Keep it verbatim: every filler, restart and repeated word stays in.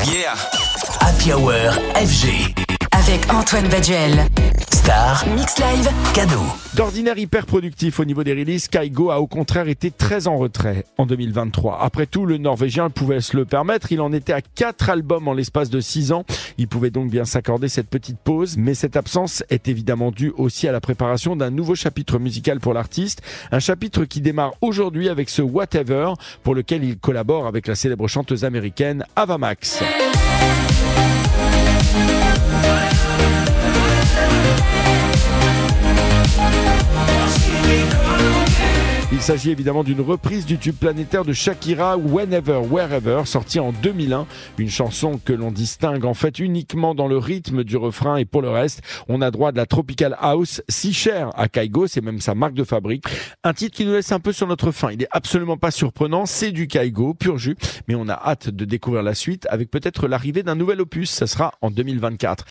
Yeah. Happy Hour F G. Avec Antoine Baduel. Star. Mix Live. Cadeau. D'ordinaire hyper productif au niveau des releases, Kygo a au contraire été très en retrait en deux mille vingt-trois. Après tout, le Norvégien pouvait se le permettre. Il en était à quatre albums en l'espace de six ans. Il pouvait donc bien s'accorder cette petite pause. Mais cette absence est évidemment due aussi à la préparation d'un nouveau chapitre musical pour l'artiste. Un chapitre qui démarre aujourd'hui avec ce Whatever, pour lequel il collabore avec la célèbre chanteuse américaine Ava Max. Il s'agit évidemment d'une reprise du tube planétaire de Shakira, Whenever, Wherever, sorti en deux mille un. Une chanson que l'on distingue en fait uniquement dans le rythme du refrain, et pour le reste, on a droit à de la tropical house, si chère à Kygo, c'est même sa marque de fabrique. Un titre qui nous laisse un peu sur notre faim. Il est absolument pas surprenant, c'est du Kygo, pur jus, mais on a hâte de découvrir la suite avec peut-être l'arrivée d'un nouvel opus. Ça sera en deux mille vingt-quatre.